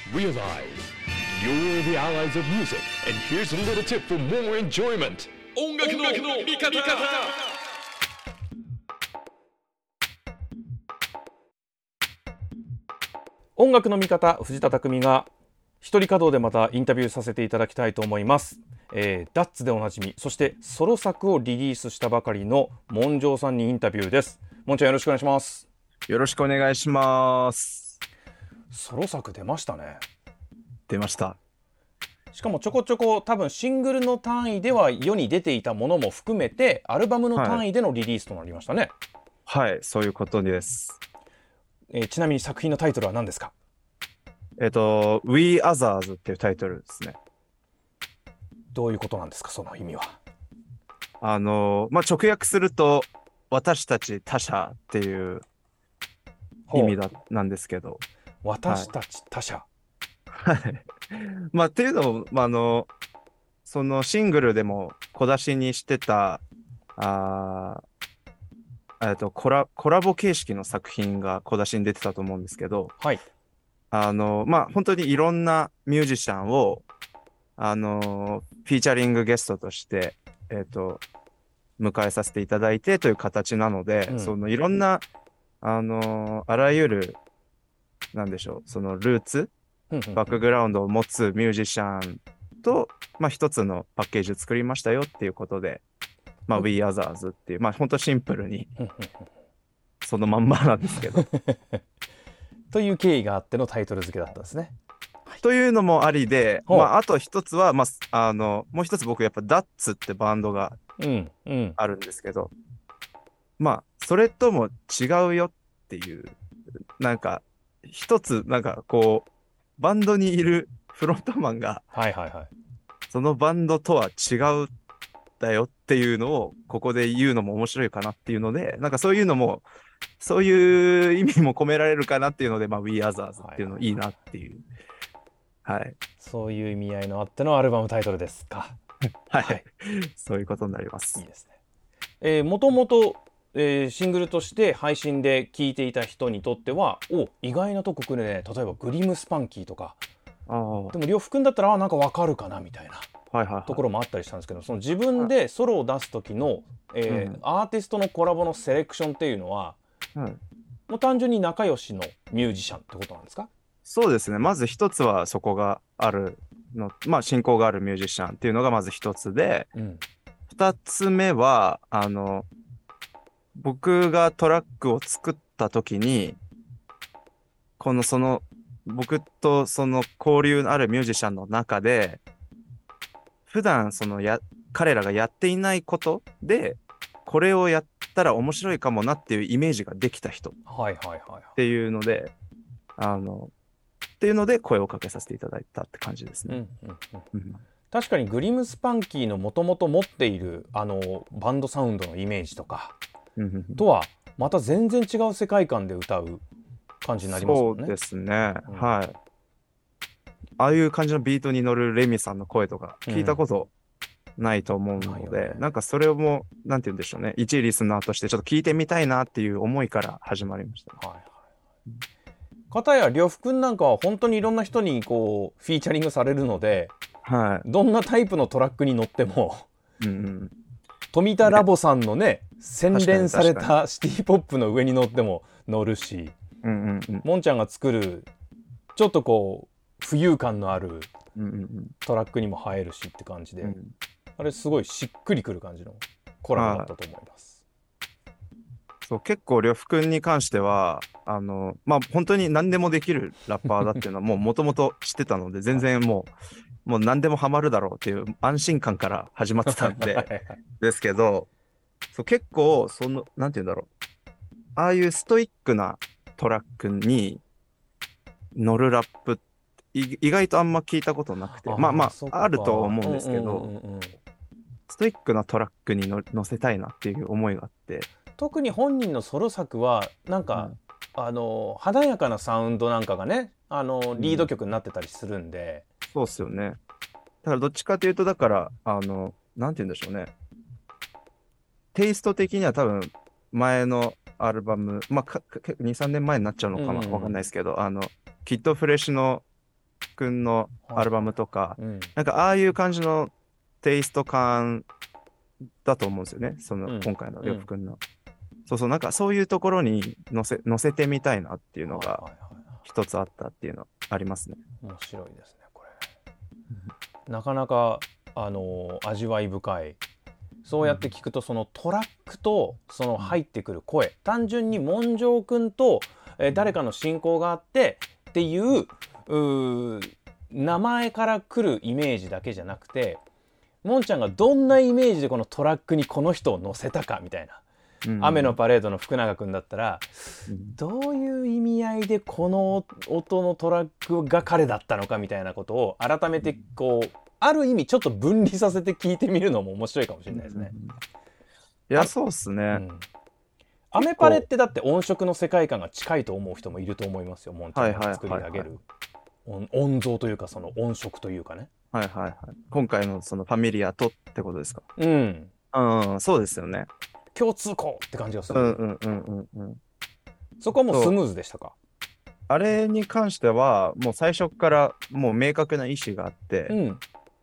Realize you're the allies of music, and here's a little tip for more enjoyment. 音楽の味方。 音楽の味方藤田匠が一人稼働でまたインタビューさせていただきたいと思います。ダッツでおなじみ、そしてソロ作をリリースしたばかりのモンジョーさんにインタビューです。モンちゃんよろしくお願いします。 よろしくお願いします。 ソロ作出ましたね。 出ました。 しかもちょこちょこ多分シングルの単位では世に出ていたものも含めてアルバムの単位でのリリースとなりましたね。 はい、そういうことです。 ちなみに作品のタイトルは何ですか ？We Others っていうタイトルですね。 どういうことなんですか、その意味は。 直訳すると私たち他者っていう意味なんですけど、 私たち他者、 はい。っていうのも、そのシングルでも小出しにしてたコラボ形式の作品が小出しに出てたと思うんですけど、 はい、 本当にいろんなミュージシャンをフィーチャリングゲストとして迎えさせていただいてという形なので、そのいろんなあらゆるなんでしょう、そのルーツバックグラウンドを持つミュージシャンと一つのパッケージを作りましたよっていうことで、We Others っていう本当シンプルにそのまんまなんですけどという経緯があってのタイトル付けだったんですね。 というのもありで、あと一つは、もう一つ僕やっぱダッツってバンドがあるんですけど、それとも違うよっていう、なんか一つこうバンドにいるフロントマンが、そのバンドとは違うだよっていうのをここで言うのも面白いかなっていうので、そういうのもそういう意味も込められるかなっていうので、We Others っていうのいいなっていう、 そういう意味合いのあってのアルバムタイトルですか。 はい、そういうことになります。 いいですね。もともとシングルとして配信で聴いていた人にとっては意外なとこ来るね。例えばグリムスパンキーとか、でも呂布君だったらなんかわかるかなみたいなところもあったりしたんですけど、その自分でソロを出す時の、アーティストのコラボのセレクションっていうのは、もう単純に仲良しのミュージシャンってことなんですか？ そうですね。まず一つはそこがあるの、親交があるミュージシャンっていうのがまず一つで、二つ目は僕がトラックを作った時にその僕とその交流のあるミュージシャンの中で普段彼らがやっていないことでこれをやったら面白いかもなっていうイメージができた人っていうのでっていうので声をかけさせていただいたって感じですね。 確かにグリムスパンキーのもともと持っているバンドサウンドのイメージとかとはまた全然違う世界観で歌う感じになりますもんね。 そうですね、はい。ああいう感じのビートに乗るレミさんの声とか聞いたことないと思うので、それをもなんて言うんでしょうね、一リスナーとしてちょっと聞いてみたいなっていう思いから始まりました、 片や呂布くんなんかは本当にいろんな人にこうフィーチャリングされるので、どんなタイプのトラックに乗っても富田ラボさんのね洗練されたシティポップの上に乗っても乗るし、もんちゃんが作るちょっとこう浮遊感のあるトラックにも映えるしって感じで、あれすごいしっくりくる感じのコラボだったと思います。 そう結構呂布くんに関しては本当に何でもできるラッパーだっていうのはもともと知ってたので全然もう何でもハマるだろうっていう安心感から始まってたんでですけど、そう結構なんて言うんだろう、ああいうストイックなトラックに乗るラップ意外とあんま聞いたことなくて、あると思うんですけど、ストイックなトラックに乗せたいなっていう思いがあって、 特に本人のソロ作はなんか、華やかなサウンドなんかがねリード曲になってたりするんで、 そうっすよね。だからどっちかというとなんて言うんでしょうね、テイスト的には多分前のアルバム2、3年前になっちゃうのかな、わかんないですけどキッドフレッシュのくんのアルバムとか、 うん、 なんかああいう感じのテイスト感だと思うんですよね。その今回のりょうふくんの。そうそう、なんかそういうところに載せてみたいなっていうのが一つあったっていうのありますね。 面白いですね、これ。なかなか、味わい深い。そうやって聞くと、そのトラックとその入ってくる声、単純にモンジョー君と、誰かの親交があってっていう名前から来るイメージだけじゃなくて、もんちゃんがどんなイメージでこのトラックにこの人を乗せたかみたいな。雨のパレードの福永君だったら、どういう意味合いでこの音のトラックが彼だったのかみたいなことを改めてこうある意味ちょっと分離させて聞いてみるのも面白いかもしれないですね。 いや、そうっすね。 アメパレってだって音色の世界観が近いと思う人もいると思いますよ。もんちゃんが作り上げる音像というか、その音色というかね。はいはいはい。 今回のそのファミリアとってことですか。そうですよね。 共通項って感じがする。そこはもうスムーズでしたか？ あれに関してはもう最初からもう明確な意思があって、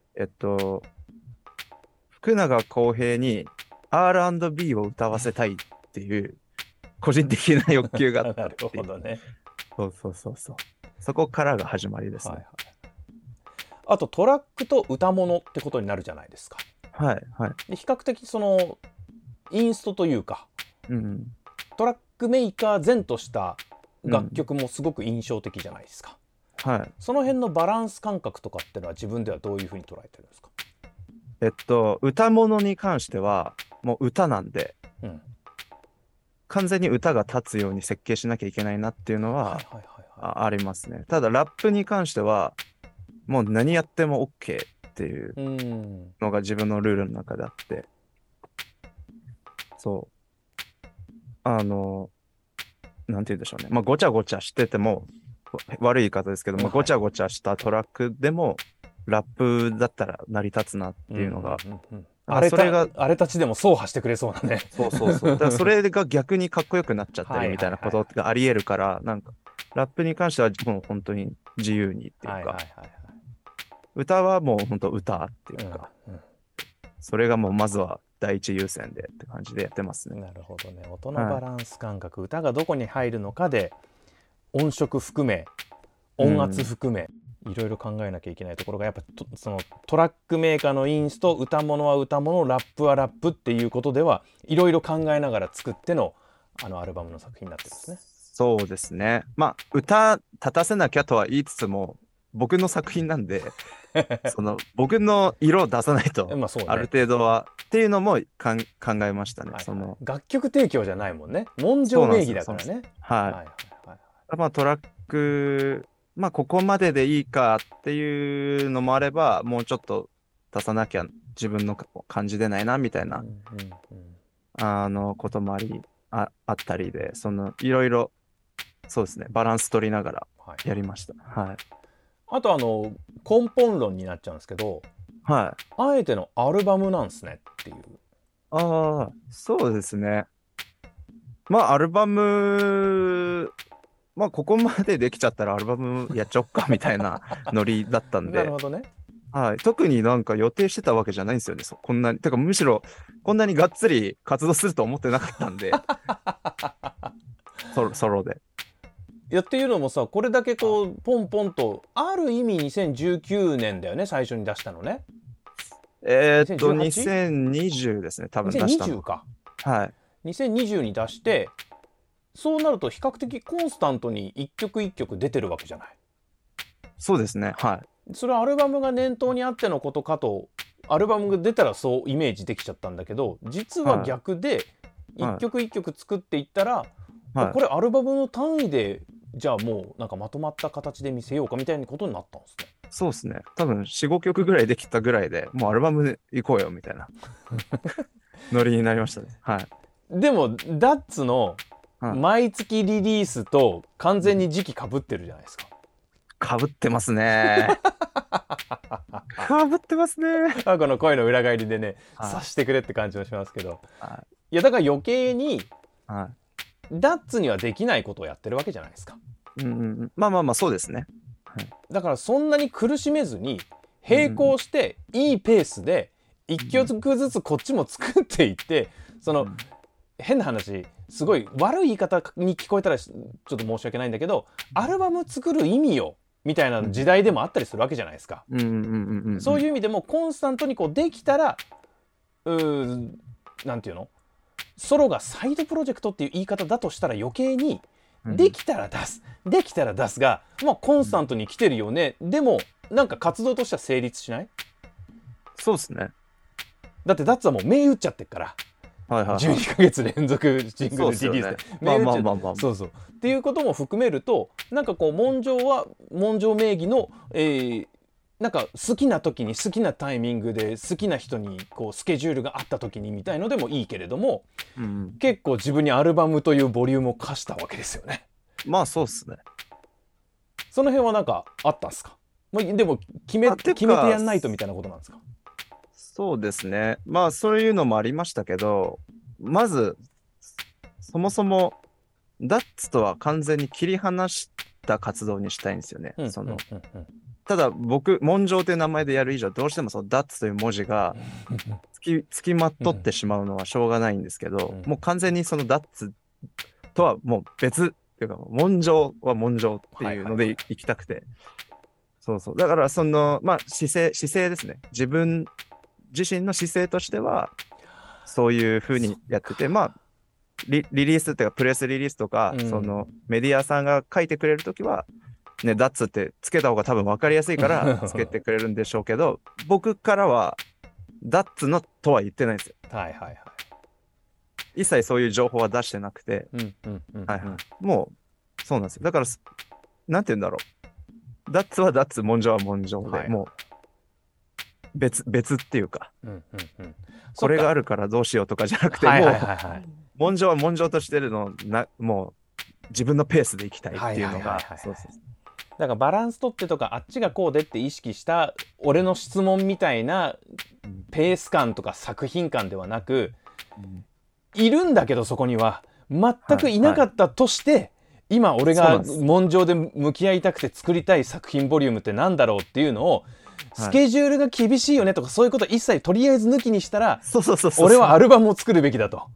福永浩平に R&B を歌わせたいっていう個人的な欲求があったっていう。 なるほどね。 そう。そこからが始まりですね。はいはい、 あとトラックと歌物ってことになるじゃないですか。 はいはい。 で比較的そのインストというか、トラックメーカー前とした楽曲もすごく印象的じゃないですか。 はい。 その辺のバランス感覚とかってのは自分ではどういうふうに捉えてるんですか？ 歌物に関してはもう歌なんで、完全に歌が立つように設計しなきゃいけないなっていうのはありますね。ただラップに関してはもう何やっても OK っていうのが自分のルールの中であって、なんて言うんでしょうね。まあ、ごちゃごちゃしてても、悪い言い方ですけども、ごちゃごちゃしたトラックでも、ラップだったら成り立つなっていうのが、 あれたちでも走破してくれそうなね。 そう。だからそれが逆にかっこよくなっちゃったりみたいなことがあり得るから、なんか、ラップに関してはもう本当に自由にっていうか、歌はもう本当歌っていうか、それがもうまずは第一優先でって感じでやってますね。 なるほどね。音のバランス感覚、歌がどこに入るのかで音色含め音圧含め、いろいろ考えなきゃいけないところがやっぱそのトラックメーカーのインスト、歌物は歌物、ラップはラップっていうことではいろいろ考えながら作ってのアルバムの作品になってるんですね。 そうですね。まあ歌立たせなきゃとは言いつつも僕の作品なんでその僕の色を出さないとある程度はっていうのも考えましたね。その楽曲提供じゃないもんね。文章名義だからね。 まあトラックまあここまででいいかっていうのもあれば、もうちょっと出さなきゃ自分の感じ出ないなみたいなこともあったりで、そのいろいろそうですね、バランス取りながらやりました。 あと根本論になっちゃうんですけど、あえてのアルバムなんですねっていう。 そうですね。まあアルバムまあここまでできちゃったらアルバムやっちゃおっかみたいなノリだったんでなるほどね。 特になんか予定してたわけじゃないんですよね。こんなにてかむしろこんなにがっつり活動すると思ってなかったんでソロで。 っていうのもさ、これだけこうポンポンとある意味2019年だよね、最初に出したのね。 2020ですね、多分出したの。 2020か。2020に出して、そうなると比較的コンスタントに一曲一曲出てるわけじゃない。 そうですね。 それはアルバムが念頭にあってのことかと、アルバムが出たらそうイメージできちゃったんだけど、実は逆で一曲一曲作っていったら、これアルバムの単位でじゃあもうなんかまとまった形で見せようかみたいなことになったんですね。 そうですね。多分 4,5 曲ぐらいできたぐらいでもうアルバムで行こうよみたいなノリになりましたね。 でもダッツの毎月リリースと完全に時期かぶってるじゃないですか。 かぶってますね。かぶってますね。 この声の裏返りでね、察してくれって感じもしますけど、いやだから余計にダッツにはできないことをやってるわけじゃないですか。 まあそうですね。 だからそんなに苦しめずに並行していいペースで一曲ずつこっちも作っていって、その変な話すごい悪い言い方に聞こえたらちょっと申し訳ないんだけど、アルバム作る意味よみたいな時代でもあったりするわけじゃないですか。そういう意味でもコンスタントにこうできたらなんていうの、ソロがサイドプロジェクトっていう言い方だとしたら余計にできたら出す、できたら出すが、まあコンスタントに来てるよね。でもなんか活動としては成立しない？ そうですね。 だってダッツはもう銘打っちゃってるから、12ヶ月連続シングルリリースで銘打っちゃって、そうそうっていうことも含めると、なんかこうモンジョーはモンジョー名義の、なんか好きな時に好きなタイミングで好きな人にこうスケジュールがあった時にみたいのでもいいけれども、結構自分にアルバムというボリュームを課したわけですよね。 まあそうっすね。 その辺はなんかあったんですか？でも決めてやんないとみたいなことなんですか？ そうですね。まあそういうのもありましたけど、まずそもそもダッツとは完全に切り離した活動にしたいんですよね。ただ僕モンジョーという名前でやる以上、どうしてもそのダッツという文字がつきまとってしまうのはしょうがないんですけど、もう完全にそのダッツとはもう別っていうか、モンジョーはモンジョーっていうのでいきたくて、そうそう。だからそのまあ姿勢ですね。自分自身の姿勢としてはそういう風にやってて、まあリリースっていうかプレスリリースとか、そのメディアさんが書いてくれるときはね、ダッツってつけた方が多分分かりやすいからつけてくれるんでしょうけど僕からはダッツのとは言ってないんですよ。一切そういう情報は出してなくて、もうそうなんですよ。だからなんて言うんだろう、ダッツはダッツ、モンジョはモンジョで、もう別っていうか、これがあるからどうしようとかじゃなくて、もうモンジョはモンジョとしてるのもう自分のペースでいきたいっていうのが、 だからバランス取ってとかあっちがこうでって意識した俺の質問みたいなペース感とか作品感ではなく、いるんだけどそこには全くいなかったとして、今俺が文章で向き合いたくて作りたい作品ボリュームってなんだろうっていうのを、スケジュールが厳しいよねとかそういうこと一切とりあえず抜きにしたら、俺はアルバムを作るべきだと。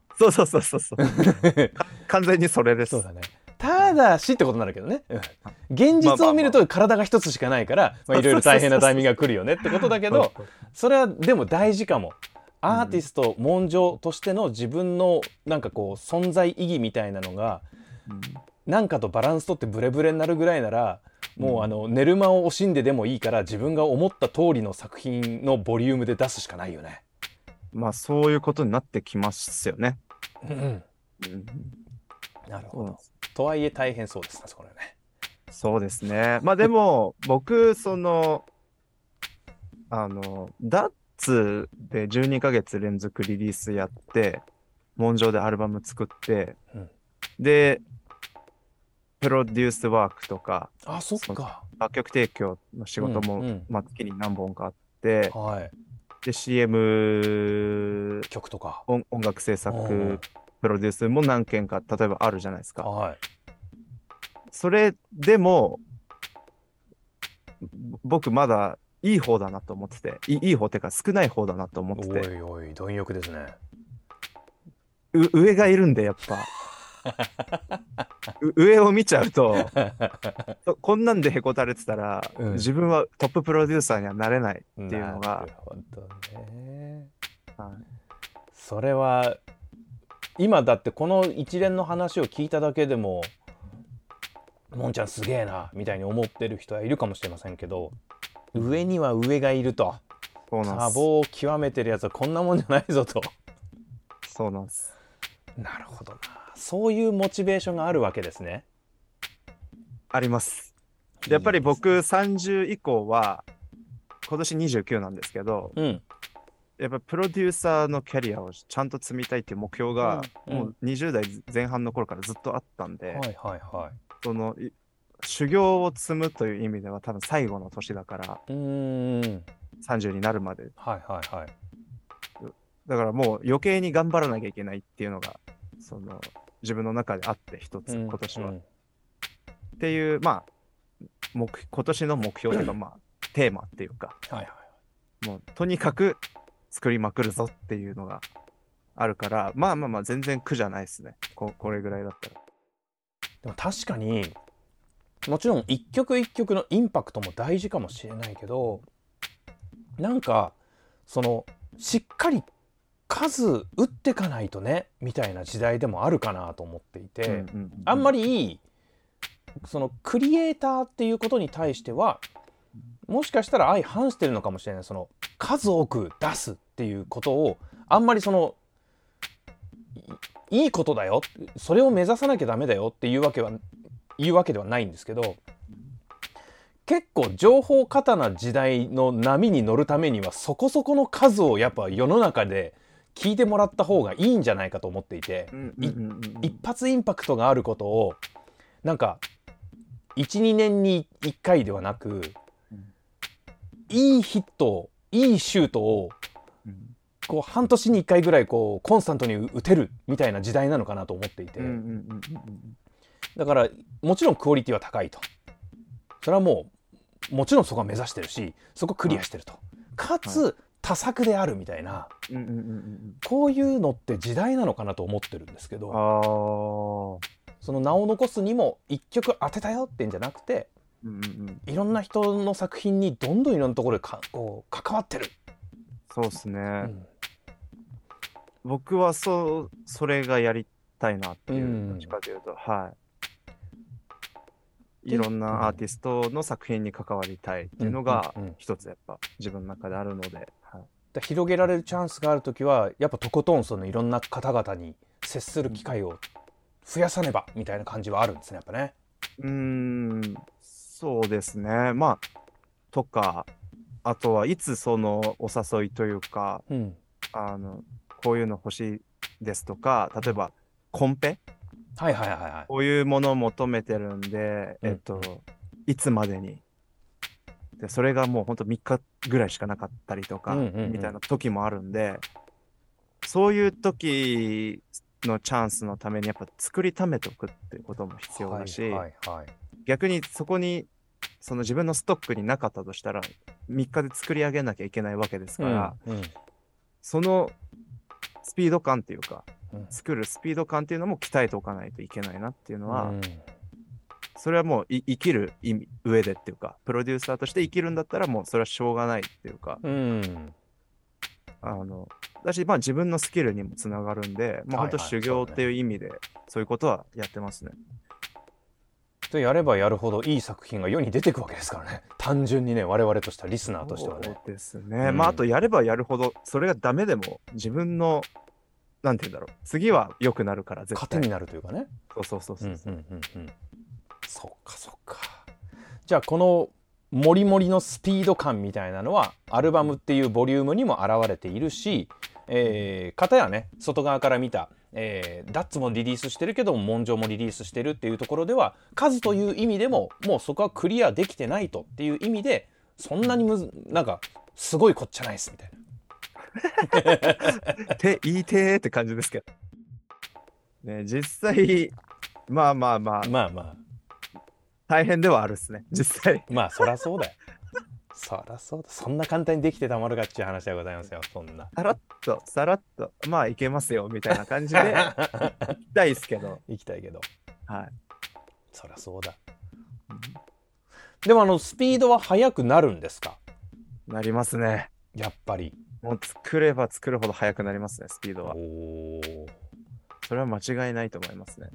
完全にそれです。 そうだね。ただしってことになるけどね、現実を見ると体が一つしかないからいろいろ大変なタイミングが来るよねってことだけど、それはでも大事かも。アーティスト文章としての自分のなんかこう存在意義みたいなのがなんかとバランス取ってブレブレになるぐらいなら、もう寝る間を惜しんででもいいから自分が思った通りの作品のボリュームで出すしかないよね。 まあそういうことになってきますよね。 なるほど。とはいえ大変そうですね、そこね。 そうですね。まあでも僕そのダッツで12ヶ月連続リリースやってモンジョーでアルバム作って、でプロデュースワークとか、 そっか、 楽曲提供の仕事も、月に何本かあって、で CM 曲とか音楽制作プロデュースも何件か例えばあるじゃないですか。それでも僕まだいい方だなと思ってて、いい方っていうか少ない方だなと思ってて。 おい貪欲ですね。 上がいるんでやっぱ上を見ちゃうとこんなんでへこたれてたら、自分はトッププロデューサーにはなれないっていうのが。 なるほどね。それは今だってこの一連の話を聞いただけでももんちゃんすげえなみたいに思ってる人はいるかもしれませんけど、上には上がいると。多忙を極めてるやつはこんなもんじゃないぞと。 そうなんです。 なるほどな。そういうモチベーションがあるわけですね。 あります。やっぱり僕30以降は今年29なんですけど、やっぱプロデューサーのキャリアをちゃんと積みたいっていう目標がもう20代前半の頃からずっとあったんで、その修行を積むという意味では多分最後の年だから30になるまで、だからもう余計に頑張らなきゃいけないっていうのがその自分の中であって一つ今年は、っていうまあ今年の目標というか、まあ、テーマっていうか、 はいはい。 もうとにかく作りまくるぞっていうのがあるから、まあまあまあ全然苦じゃないですね。これぐらいだったら。 でも確かにもちろん一曲一曲のインパクトも大事かもしれないけど、なんかそのしっかり数打ってかないとねみたいな時代でもあるかなと思っていて、あんまりいいそのクリエイターっていうことに対してはもしかしたら相反してるのかもしれない。その数多く出すっていうことをあんまりそのいいことだよ、それを目指さなきゃダメだよっていうわけではないんですけど、結構情報過多な時代の波に乗るためにはそこそこの数をやっぱ世の中で聞いてもらった方がいいんじゃないかと思っていて、一発インパクトがあることをなんか 1,2 年に1回ではなく、いいヒットいいシュートをこう半年に1回ぐらいこうコンスタントに打てるみたいな時代なのかなと思っていて、だからもちろんクオリティは高いと、それはもちろんそこは目指してるし、そこクリアしてると、かつ多作であるみたいな、こういうのって時代なのかなと思ってるんですけど、その名を残すにも一曲当てたよってんじゃなくて、いろんな人の作品にどんどんいろんなところでこう関わってる。 そうですね、僕はそれがやりたいなっていう、どっちかというと、いろんなアーティストの作品に関わりたいっていうのが一つやっぱ自分の中であるので、 広げられるチャンスがあるときはやっぱとことんそのいろんな方々に接する機会を増やさねばみたいな感じはあるんですね、やっぱね。 そうですね。まあとか、あとはいつそのお誘いというか、こういうの欲しいですとか、例えばコンペ、こういうものを求めてるんで、いつまでにで、それがもうほんと3日ぐらいしかなかったりとか、みたいな時もあるんで、そういう時のチャンスのためにやっぱ作りためとくっていうことも必要だし、逆にそこにその自分のストックになかったとしたら3日で作り上げなきゃいけないわけですから、そのスピード感っていうか、作るスピード感っていうのも鍛えておかないといけないなっていうのは、それはもう生きる上でっていうか、プロデューサーとして生きるんだったらもうそれはしょうがないっていうか、だし、まあ自分のスキルにもつながるんで、まあ本当修行っていう意味でそういうことはやってますね。 でやればやるほどいい作品が世に出てくわけですからね、単純にね、我々としてはリスナーとしてはね。 そうですね、まああとやればやるほどそれがダメでも自分のなんて言うんだろう、次は良くなるから絶対糧になるというかね。 そうそっか。じゃあこのモリモリのスピード感みたいなのはアルバムっていうボリュームにも表れているし、片やね外側から見た、ダッツもリリースしてるけどもモンジョもリリースしてるっていうところでは数という意味でももうそこはクリアできてないとっていう意味で、そんなになんかすごいこっちゃないっすみたいな言いてーって感じですけどね。実際まあ大変ではあるっすね、実際。 まあそらそうだよそんな簡単にできてたまるかっていう話でございますよ。そんなさらっとまあいけますよみたいな感じで行きたいですけど行きたいけど、そらそうだ。でもスピードは速くなるんですか？ なりますね、 やっぱり。 もう作れば作るほど速くなりますね、スピードは。それは間違いないと思いますね。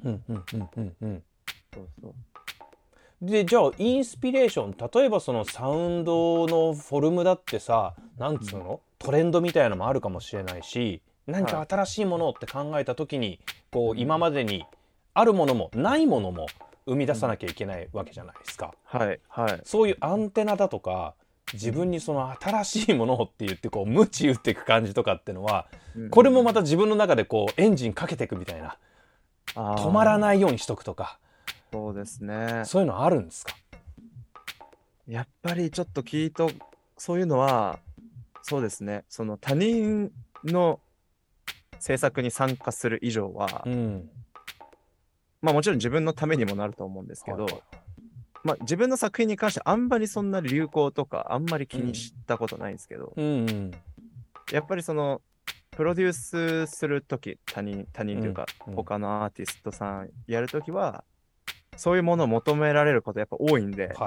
でじゃあインスピレーション、例えばそのサウンドのフォルムだってさ、なんつうの、トレンドみたいなのもあるかもしれないし、何か新しいものって考えた時にこう今までにあるものもないものも生み出さなきゃいけないわけじゃないですか。そういうアンテナだとか、自分にその新しいものをって言ってこう鞭打っていく感じとかってのは、これもまた自分の中でこうエンジンかけていくみたいな、止まらないようにしとくとか。 そうですね。 そういうのあるんですか？ やっぱりちょっとそういうのはそうですね、その他人の制作に参加する以上は、まあもちろん自分のためにもなると思うんですけど、 まあ、自分の作品に関してあんまりそんな流行とかあんまり気にしたことないんですけど、やっぱりそのプロデュースするとき、他人というか、他のアーティストさんやるときは、そういうものを求められることやっぱ多いんで、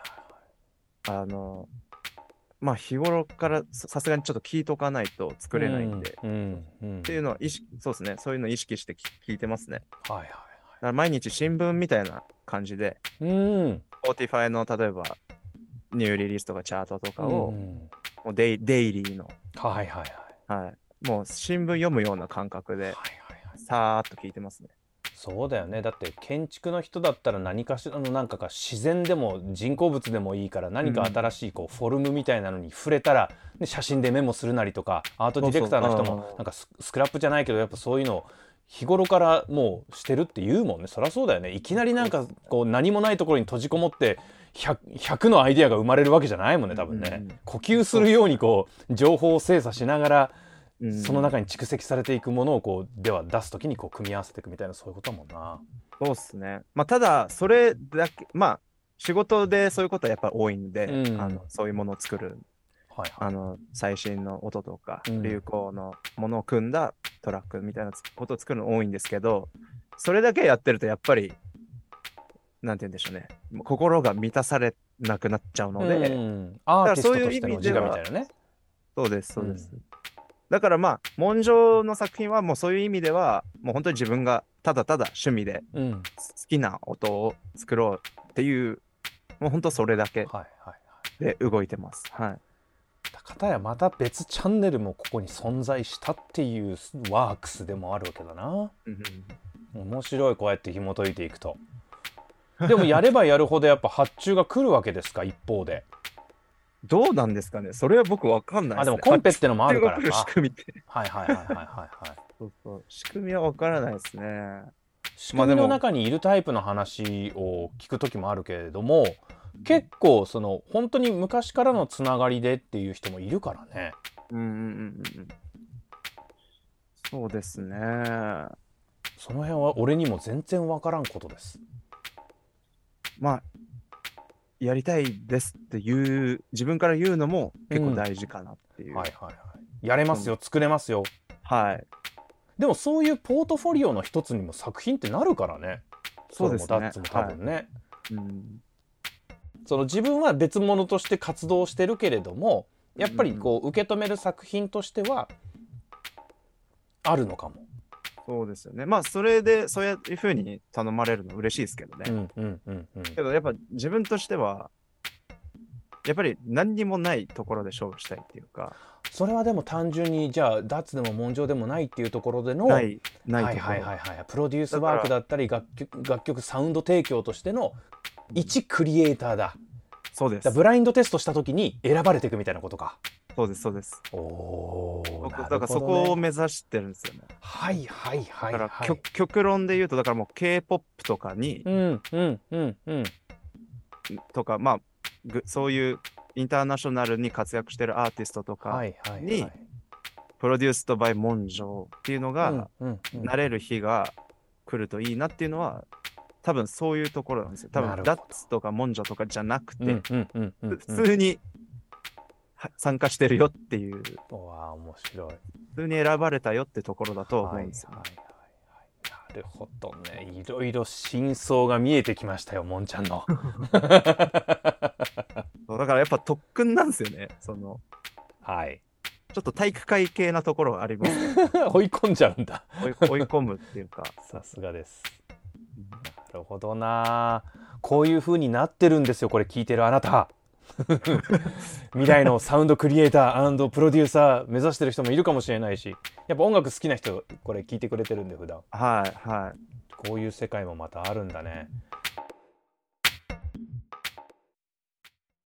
まあ日頃からさすがにちょっと聞いとかないと作れないんで、っていうのはそうですね、そういうのを意識して聞いてますね。だから毎日新聞みたいな感じで、Spotify の例えばニューリリースとかチャートとかを、もうデイリーの、もう新聞読むような感覚で、さーっと聞いてますね。 そうだよね。だって建築の人だったら何かしらのなんか自然でも人工物でもいいから何か新しいこうフォルムみたいなのに触れたら、写真でメモするなりとか、アートディレクターの人もなんかスクラップじゃないけどやっぱそういうのを日頃からもうしてるって言うもんね。そりゃそうだよね。いきなりなんかこう何もないところに閉じこもって100のアイディアが生まれるわけじゃないもんね、多分ね。呼吸するようにこう情報を精査しながらその中に蓄積されていくものをこうでは出すときにこう組み合わせていくみたいな、そういうことだもんな。 そうっすね。まあただそれだけ、まあ仕事でそういうことはやっぱり多いんで、そういうものを作る、最新の音とか流行のものを組んだトラックみたいなことを作るの多いんですけど、それだけやってるとやっぱりなんて言うんでしょうね、心が満たされなくなっちゃうので、 アーティストとしての自我みたいなね。 そうですそうです。だからまあ文章の作品はもうそういう意味ではもう本当に自分がただただ趣味で好きな音を作ろうっていう、もう本当それだけで動いてます。 かたやまた別チャンネルもここに存在したっていうワークスでもあるわけだな。面白い、こうやって紐解いていくと。でもやればやるほどやっぱ発注が来るわけですか、一方で。 どうなんですかね、それは僕わかんないですね。 でもコンペってのもあるからか。 仕組みって。仕組みはわからないですね。 仕組みの中にいるタイプの話を聞く時もあるけれども、結構その本当に昔からのつながりでっていう人もいるからね。 そうですね。 その辺は俺にも全然わからんことです。 まあやりたいですっていう自分から言うのも結構大事かなっていう。 やれますよ、作れますよ。でもそういうポートフォリオの一つにも作品ってなるからね。 そうですね。 ダッツも多分ね。その自分は別物として活動してるけれども、やっぱりこう受け止める作品としてはあるのかも。 そうですよね。まあそれでそういう風に頼まれるの嬉しいですけどね。けどやっぱ自分としてはやっぱり何にもないところで勝負したいっていうか。 それはでも単純にじゃあダッツでも文章でもないっていうところでのないところ、 プロデュースワークだったり楽曲サウンド提供としての一クリエイターだ。 そうです。 ブラインドテストした時に選ばれていくみたいなことか。 そうですそうです。だからそこを目指してるんですよね。だから極論で言うとだからもう K-POP とかにとかまあそういうインターナショナルに活躍してるアーティストとかにプロデュースとバイモンジョっていうのがなれる日が来るといいなっていうのは多分そういうところなんですよ。多分ダッツとかモンジョとかじゃなくて普通に参加してるよっていう、 面白い、 普通に選ばれたよってところだと思うんですよ。 なるほどね。いろいろ真相が見えてきましたよ、もんちゃんの。 だからやっぱ特訓なんですよね。そのちょっと体育会系なところがあります、ね、 追い込んじゃうんだ。 追い込むっていうか。 さすがです。なるほどな。こういう風になってるんですよ、これ聞いてるあなた。未来のサウンドクリエイター&プロデューサー目指してる人もいるかもしれないし、やっぱ音楽好きな人これ聞いてくれてるんで普段。こういう世界もまたあるんだね。